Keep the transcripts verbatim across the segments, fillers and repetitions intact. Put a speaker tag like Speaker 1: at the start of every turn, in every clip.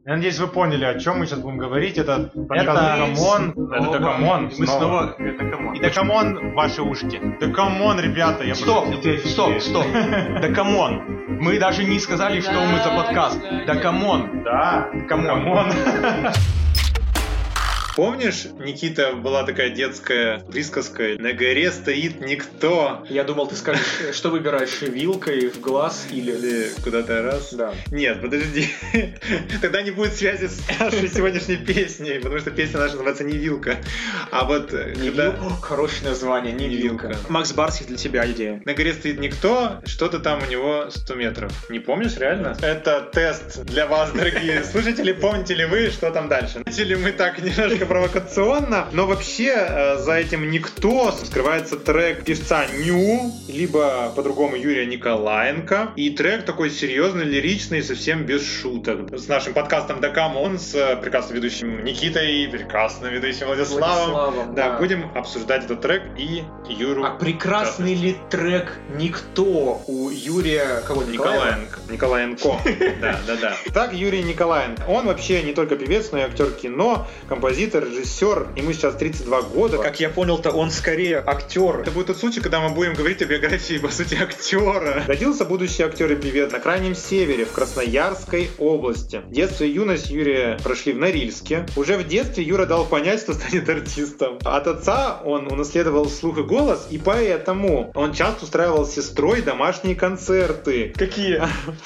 Speaker 1: Я надеюсь, вы поняли, о чем мы сейчас будем говорить. Это подкаст Дакамон. Это Дакамон.
Speaker 2: Мы снова... Это Дакамон.
Speaker 1: И Дакамон ваши ушки. Дакамон, ребята, я
Speaker 2: Стоп, стоп, стоп. Дакамон. Мы даже не сказали, что мы за подкаст. Дакамон.
Speaker 1: Да,
Speaker 2: Дакамон.
Speaker 3: Помнишь, Никита, была такая детская присказка: «На горе стоит никто».
Speaker 2: Я думал, ты скажешь, что выбираешь, вилкой в глаз или...
Speaker 3: Или куда-то раз.
Speaker 2: Да.
Speaker 3: Нет, подожди. Тогда не будет связи с нашей сегодняшней песней, потому что песня наша называется «Не вилка». А вот...
Speaker 2: Не
Speaker 3: когда...
Speaker 2: вилка? Хорошее название, не, не вилка. вилка. Макс Барских, для тебя идея.
Speaker 3: На горе стоит никто, что-то там у него сто метров. Не помнишь, реально? Это тест для вас, дорогие слушатели. Помните ли вы, что там дальше? Начали мы так немножко провокационно, но вообще э, за этим никто скрывается трек певца Ню, либо по-другому Юрия Николаенко, и трек такой серьезный, лиричный, совсем без шуток. С нашим подкастом Дакамон, с прекрасным ведущим Никитой и прекрасным ведущим Владиславом,
Speaker 2: Владиславом
Speaker 3: да,
Speaker 2: да.
Speaker 3: будем обсуждать этот трек и Юру.
Speaker 2: А прекрасный ли трек «Никто» у Юрия кого?
Speaker 3: Николаенко. Николаенко. Да, да, да. Так, Юрий Николаенко. Он вообще не только певец, но и актер кино, композитор, режиссер. Ему сейчас тридцать два года.
Speaker 2: Как я понял-то, он скорее актер.
Speaker 3: Это будет тот случай, когда мы будем говорить о биографии, по сути, актера. Родился будущий актер и певец на Крайнем Севере, в Красноярской области. Детство и юность Юрия прошли в Норильске. Уже в детстве Юра дал понять, что станет артистом. От отца он унаследовал слух и голос, и поэтому он часто устраивал с сестрой домашние концерты.
Speaker 2: Какие?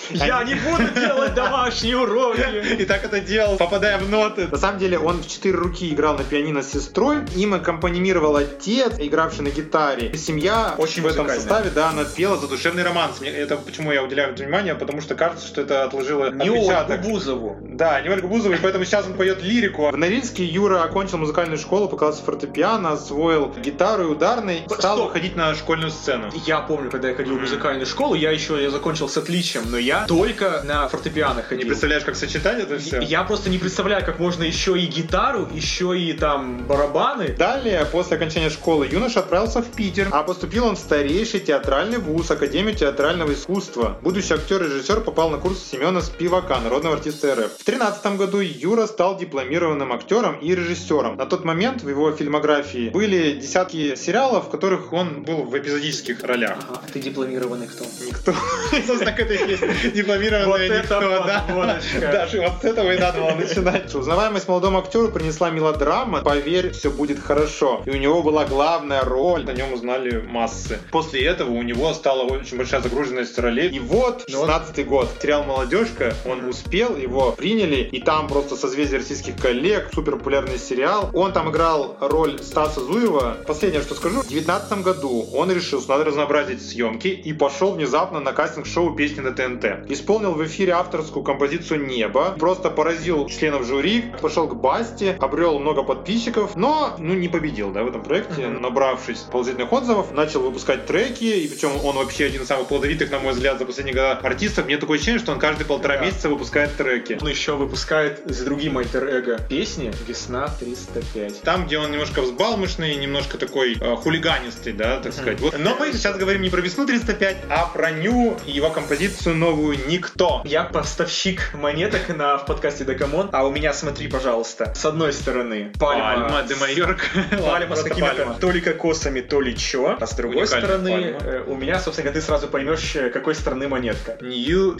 Speaker 2: Я не буду делать домашние уроки.
Speaker 3: И так это делал, попадая в ноты. На самом деле он в четыре руки играл на пианино с сестрой. Им аккомпанимировал отец, игравший на гитаре. Семья
Speaker 2: очень
Speaker 3: в этом
Speaker 2: музыкальная.
Speaker 3: составе, да, она пела «Задушевный романс». Это почему я уделяю внимание, потому что кажется, что это отложило
Speaker 2: не
Speaker 3: отпечаток.
Speaker 2: Ольгу Бузову.
Speaker 3: Да, не Ольгу Бузову, и поэтому сейчас он поет лирику. В Норильске Юра окончил музыкальную школу по классу фортепиано, освоил гитару и ударный, стал
Speaker 2: Стоп.
Speaker 3: выходить на школьную сцену.
Speaker 2: Я помню, когда я ходил в музыкальную школу, я еще я закончил с отличием, но я только на фортепиано ходил.
Speaker 3: Не представляешь, как сочетать это все?
Speaker 2: Я просто не представляю, как можно еще и гитару, еще и там барабаны.
Speaker 3: Далее, после окончания школы, юноша отправился в Питер, а поступил он в старейший театральный вуз, Академию театрального искусства. Будущий актер и режиссер попал на курс Семена Спивака, народного артиста РФ. В тринадцатом году Юра стал дипломированным актером и режиссером. На тот момент в его фильмографии были десятки сериалов, в которых он был в эпизодических ролях.
Speaker 2: Ага, а ты дипломированный кто?
Speaker 3: Никто. Собственно, к этой песне. Дипломированный никто, да. Даже вот с этого и надо было начинать. Узнаваемость молодому актеру принесла мелодрама «Поверь, все будет хорошо». И у него была главная роль, о нем узнали массы. После этого у него стала очень большая загруженность ролей. И вот, шестнадцатый год, сериал «Молодежка», он успел, его приняли, и там просто созвездие российских коллег, супер популярный сериал. Он там играл роль Стаса Зуева. Последнее, что скажу, в девятнадцатом году он решил, что надо разнообразить съемки, и пошел внезапно на кастинг-шоу «Песни на ТНТ». Исполнил в эфире авторскую композицию «Небо», просто поразил членов жюри, пошел к Басте, обрел много подписчиков, но ну, не победил, да, в этом проекте, набравшись положительных отзывов, начал выпускать треки, и причем он вообще один из самых плодовитых, на мой взгляд, за последние годы артистов. Мне такое ощущение, что он каждые полтора да. месяца выпускает треки.
Speaker 2: Он еще выпускает с другим альтер-эго песни «Весна триста пять».
Speaker 3: Там, где он немножко взбалмошный, немножко такой э, хулиганистый, да, так сказать. Вот. Но мы сейчас говорим не про «Весну триста пять», а про Ню и его композицию новую «Никто».
Speaker 2: Я поставщик монеток на, в подкасте Дакамон, а у меня, смотри, пожалуйста, с одной стороны пальма,
Speaker 3: пальма де Майорка,
Speaker 2: пальма с какими-то то ли кокосами, то ли чё, а с другой стороны э, у меня, собственно, ты сразу поймешь, какой стороны монетка.
Speaker 3: Нью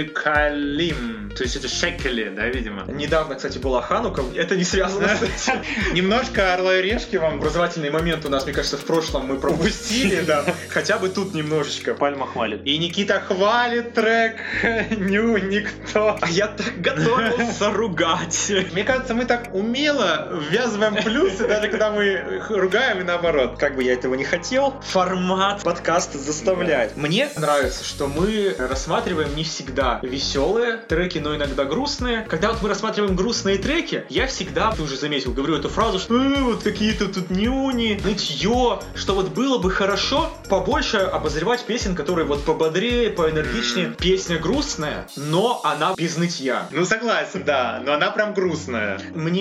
Speaker 3: Шекалим, то есть это шекели, да, видимо.
Speaker 2: Недавно, кстати, была Ханука, это не связано с этим.
Speaker 3: Немножко «Орла и решки» вам.
Speaker 2: Образовательный момент у нас, мне кажется, в прошлом мы пропустили, да, хотя бы тут немножечко.
Speaker 1: Пальма хвалит.
Speaker 3: И Никита хвалит трек «Ню Никто».
Speaker 2: А я так готовился ругать.
Speaker 3: Мне кажется, мы так умело ввязываем плюсы, даже когда мы ругаем и наоборот.
Speaker 2: Как бы я этого не хотел, формат подкаста заставляет. Да. Мне нравится, что мы рассматриваем не всегда веселые треки, но иногда грустные. Когда вот мы рассматриваем грустные треки, я всегда, ты уже заметил, говорю эту фразу, что э, вот какие-то тут нюни, нытье, что вот было бы хорошо побольше обозревать песен, которые вот пободрее, поэнергичнее. Mm. Песня грустная, но она без нытья.
Speaker 3: Ну согласен, да, но она прям грустная.
Speaker 2: Мне нравится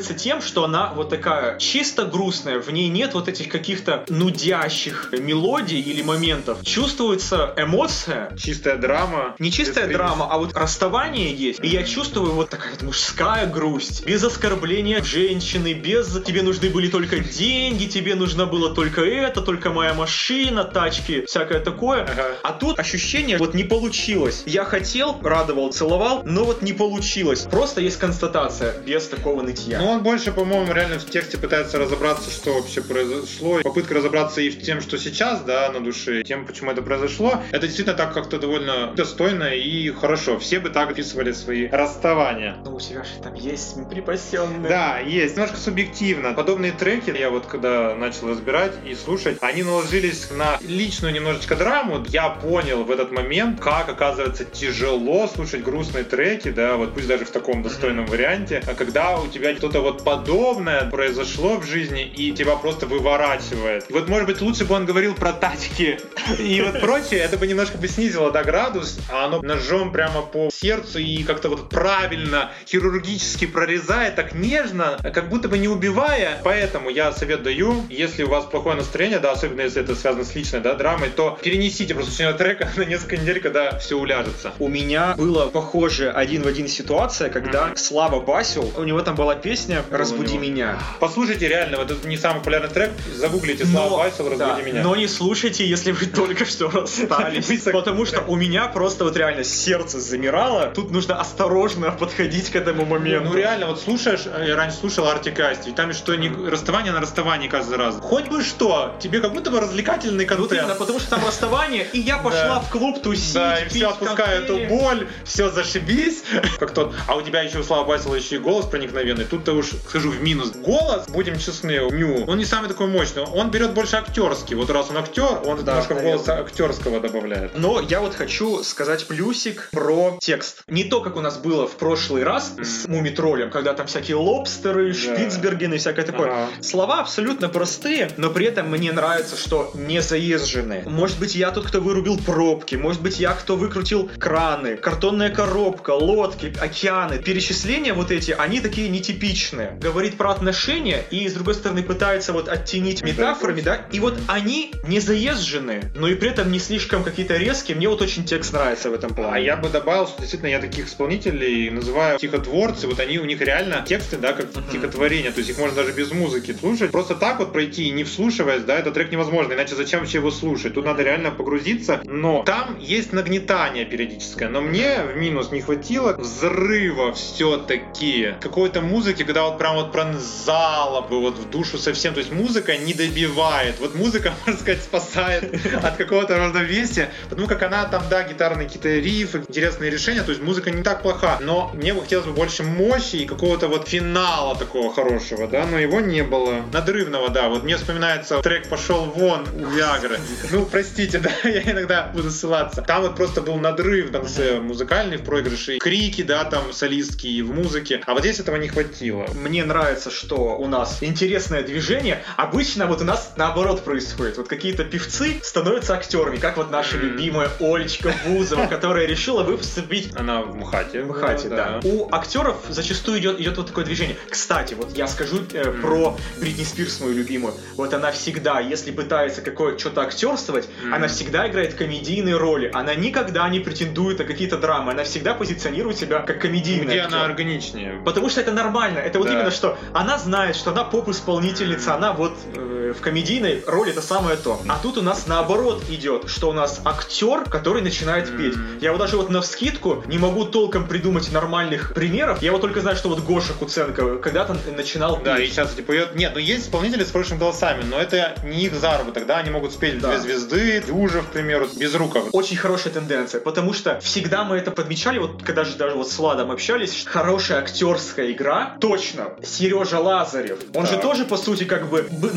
Speaker 2: нравится тем, что она вот такая чисто грустная, в ней нет вот этих каких-то нудящих мелодий или моментов. Чувствуется эмоция.
Speaker 3: Чистая драма.
Speaker 2: Не чистая драма, а вот расставание есть. И я чувствую вот такая вот мужская грусть. Без оскорбления женщины, без тебе нужны были только деньги, тебе нужно было только это, только моя машина, тачки, всякое такое. Ага. А тут ощущение вот не получилось. Я хотел, радовал, целовал, но вот не получилось. Просто есть констатация, без такого нытья.
Speaker 3: Ну он больше, по-моему, реально в тексте пытается разобраться, что вообще произошло. Попытка разобраться и в тем, что сейчас, да, на душе, тем, почему это произошло. Это действительно так как-то довольно достойно и хорошо. Все бы так описывали свои расставания.
Speaker 2: Ну у тебя же там есть припасенные.
Speaker 3: Да, есть. Немножко субъективно. Подобные треки, я вот когда начал разбирать и слушать, они наложились на личную немножечко драму. Я понял в этот момент, как, оказывается, тяжело слушать грустные треки, да, вот пусть даже в таком достойном варианте, а когда у тебя что-то вот подобное произошло в жизни и тебя просто выворачивает. И вот, может быть, лучше бы он говорил про тачки и вот прочее, это бы немножко бы снизило, да, градус, а оно ножом прямо по сердцу и как-то вот правильно, хирургически прорезает, так нежно, как будто бы не убивая. Поэтому я совет даю, если у вас плохое настроение, да, особенно если это связано с личной, да, драмой, то перенесите просто слушание трека на несколько недель, когда все уляжется.
Speaker 2: У меня была похожая один в один ситуация, когда mm-hmm. Слава Басил, у него там была песня «Разбуди меня».
Speaker 3: Послушайте, реально, вот это не самый популярный трек, загуглите Слава но, Басил «Разбуди
Speaker 2: да,
Speaker 3: меня».
Speaker 2: Но не слушайте, если вы только что расстались, потому что у меня просто вот реально сердце замирало, тут нужно осторожно подходить к этому моменту.
Speaker 3: Ну реально, вот слушаешь, я раньше слушал Артик и Асти, там что, не расставание на расставании каждый раз. Хоть бы что, тебе как будто бы развлекательный контент.
Speaker 2: Вот именно, потому что там расставание, и я пошла в клуб тусить,
Speaker 3: да, и все, отпускаю эту боль, все, зашибись. Как тот, а у тебя еще у Славы Басила еще и голос проникновенный. Тут-то уж скажу в минус. Голос, будем честны, Ню, он не самый такой мощный. Он берет больше актерский. Вот раз он актер, он да, немножко голоса актерского добавляет.
Speaker 2: Но я вот хочу сказать плюсик про текст. Не то, как у нас было в прошлый раз mm. с Муми-троллем, когда там всякие лобстеры, да. Шпицбергены и всякое такое. Ага. Слова абсолютно простые, но при этом мне нравится, что не заезженные. Может быть, я тот, кто вырубил пробки, может быть, я кто выкрутил краны, картонная коробка, лодки, океаны. Перечисления вот эти, они такие нетипичные. Говорит про отношения и, с другой стороны, пытается вот оттенить метафорами, да, и вот они не заезженные, но и при этом не слишком какие-то резкие. Мне вот очень текст нравится в этом плане.
Speaker 3: А я бы добавил, что действительно я таких исполнителей называю стихотворцы, вот они, у них реально тексты, да, как uh-huh. стихотворения, то есть их можно даже без музыки слушать. Просто так вот пройти, не вслушиваясь, да, этот трек невозможно, иначе зачем вообще его слушать? Тут надо реально погрузиться, но там есть нагнетание периодическое, но мне в минус не хватило взрыва все-таки какой-то музыки, когда вот прям вот пронзала бы вот в душу совсем, то есть музыка не добивает, вот музыка, можно сказать, спасает от какого-то равновесия, потому как она там, да, гитарные какие-то рифы, интересные решения, то есть музыка не так плоха, но мне бы хотелось бы больше мощи и какого-то вот финала такого хорошего, да, но его не было. Надрывного, да, вот мне вспоминается трек «Пошел вон» у Виагры. Ну, простите, да, я иногда буду ссылаться. Там вот просто был надрыв в конце музыкальный в проигрыше, крики, да, там солистки и в музыке, а вот здесь этого не хватило.
Speaker 2: Мне нравится, что у нас интересное движение. Обычно вот у нас наоборот происходит. Вот какие-то певцы становятся актерами, как вот наша любимая Олечка Бузова, которая решила выступить.
Speaker 3: Она в МХАТе.
Speaker 2: В МХАТе, да. да. У актеров зачастую идет, идет вот такое движение. Кстати, вот я скажу э, mm. про Бритни Спирс, мою любимую. Вот она всегда, если пытается какое-то что-то актерствовать, mm. она всегда играет комедийные роли. Она никогда не претендует на какие-то драмы. Она всегда позиционирует себя как комедийный
Speaker 3: Где
Speaker 2: актер.
Speaker 3: Она органичнее.
Speaker 2: Потому что это нормально. Это вот
Speaker 3: да.
Speaker 2: именно что она знает, что она поп-исполнительница, mm. она вот э, в комедийной роли это самое то. А тут у нас наоборот идет, что у нас актер, который начинает mm. петь. Я вот даже вот навскидку не могу толком придумать нормальных примеров. Я вот только знаю, что вот Гоша Куценко когда-то начинал петь.
Speaker 3: Да, и сейчас типа нет, ну есть исполнители с хорошими голосами, но это не их заработок, да, они могут спеть да. «Две звезды», «Дюжа», к примеру, «Безруков».
Speaker 2: Очень хорошая тенденция, потому что всегда мы это подмечали, вот когда же даже вот с Владом общались, что хорошая актерская игра, точно, Сережа Лазарев, он да. же тоже, по сути, как бы начинал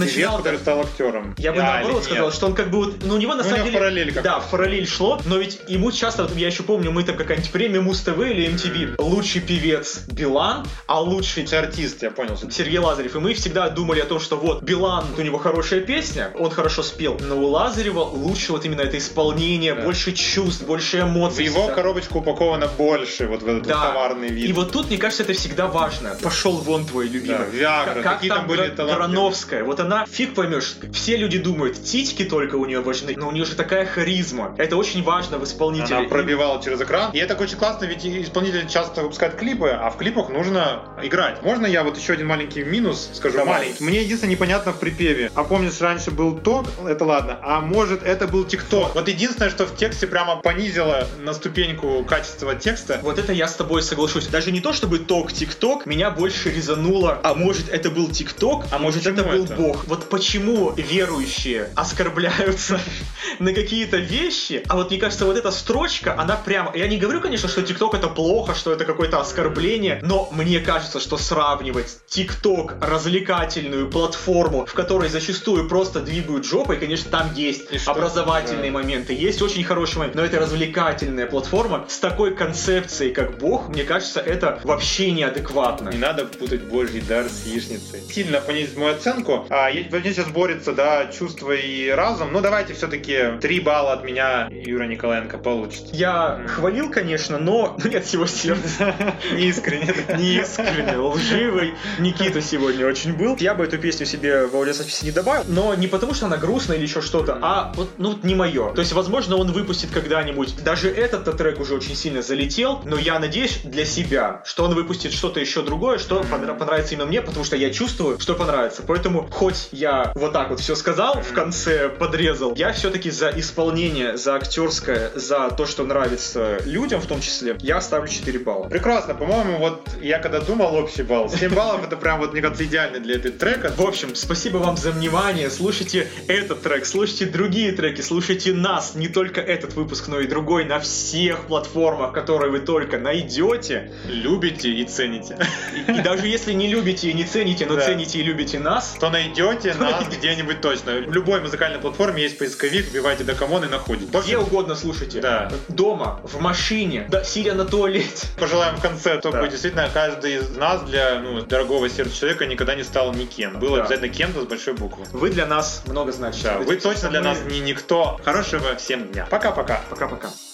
Speaker 3: который стал актером.
Speaker 2: Я бы
Speaker 3: а,
Speaker 2: наоборот сказал, что он как бы вот, ну у него на
Speaker 3: ну,
Speaker 2: самом
Speaker 3: у него
Speaker 2: деле...
Speaker 3: параллель как
Speaker 2: Да, в параллель шло, но ведь ему часто, вот, я еще помню, мы там какая-нибудь премия Муз-ТВ или эм ти ви. Лучший певец Билан, а лучший...
Speaker 3: артист, я понял.
Speaker 2: Сергей Лазарев. И мы всегда думали о том, что вот Билан, у него хорошая песня, он хорошо спел, но у Лазарева лучше вот именно это исполнение, да. больше чувств, больше эмоций.
Speaker 3: В его всегда. Коробочку упаковано больше, вот в этот да. товарный вид.
Speaker 2: И вот тут, мне кажется, это всегда важно. Пошел вон твой любимый.
Speaker 3: Да, Виагра,
Speaker 2: как, как
Speaker 3: какие
Speaker 2: там,
Speaker 3: там были таланты.
Speaker 2: Грановская, вот она, фиг поймешь, все люди думают, титьки только у нее важны, но у нее же такая харизма. Это очень важно в исполнителе.
Speaker 3: Она пробивала через экран. И это очень классно, ведь исполнители часто выпускают клипы, а в клипах нужно играть. Можно я вот еще один маленький минус скажу?
Speaker 2: Давай.
Speaker 3: Маленький. Мне единственное непонятно в припеве. А помнишь, раньше был ток, это ладно, а может это был тикток. Вот единственное, что в тексте прямо понизило на ступеньку качество текста.
Speaker 2: Вот это я с тобой соглашусь. Даже не то, чтобы ток, тикток, меня больше резануло. А может это был тикток, а может это был это? Бог. Вот почему верующие оскорбляются на какие-то вещи, а вот мне кажется, вот эта строчка, она прямо... Я не говорю, конечно, что тикток это плохо, что это какое-то оскорбление, но мне кажется, что сравнивать тикток, развлекательную платформу, в которой зачастую просто двигают жопой, конечно, там есть и образовательные да. моменты, есть очень хорошие моменты, но это развлекательная платформа с такой концепцией, как Бог, мне кажется, это вообще неадекватно.
Speaker 3: Не надо путать Божий дар с яичницей. Сильно понизить мою оценку. А, во мне сейчас борется, да, чувство и разум. Ну, давайте все-таки три балла от меня Юра Николаенко получит.
Speaker 2: Я mm. хвалил, конечно, но не от всего сердца.
Speaker 3: Не искренне.
Speaker 2: Не искренне. Лживый Никита сегодня очень был. Я бы эту песню себе в аудиозаписи не добавил, но не потому, что она грустная или еще что-то, а вот, ну, не мое. То есть, возможно, он выпустит когда-нибудь. Даже этот трек уже очень сильно залетел, но я надеюсь для себя, что он выпустит что-то еще другое, что понравится именно мне, потому что я чувствую, что понравится. Поэтому, хоть я вот так вот все сказал, в конце подрезал, я все-таки за исполнение, за актерское, за то, что нравится людям в том числе, я ставлю четыре балла.
Speaker 3: Прекрасно. По-моему, вот я когда думал общий балл, семь баллов это прям вот, мне кажется, идеально для этого трека.
Speaker 2: В общем, спасибо вам за внимание. Слушайте этот трек, слушайте другие треки, слушайте нас, не только этот выпуск, но и другой на всех платформах, которые вы только найдете.
Speaker 3: Любите и цените.
Speaker 2: И, и даже если не любите и не цените, но да. цените и любите нас,
Speaker 3: то найдете то нас найдете. Где-нибудь точно. В любой музыкальной платформе есть поисковик, вбивайте Дакамон и находите.
Speaker 2: Где общем... угодно слушайте.
Speaker 3: Да.
Speaker 2: Дома, в машине, да, сидя на туалете.
Speaker 3: Пожелаем в конце, чтобы да. действительно каждый из нас для ну, дорогого сердца человека никогда не стал никем. Было да. обязательно кем-то с большой буквы.
Speaker 2: Вы для нас много значите.
Speaker 3: Да, вы точно для нас не никто. Хорошего всем дня. Пока-пока.
Speaker 2: Пока-пока.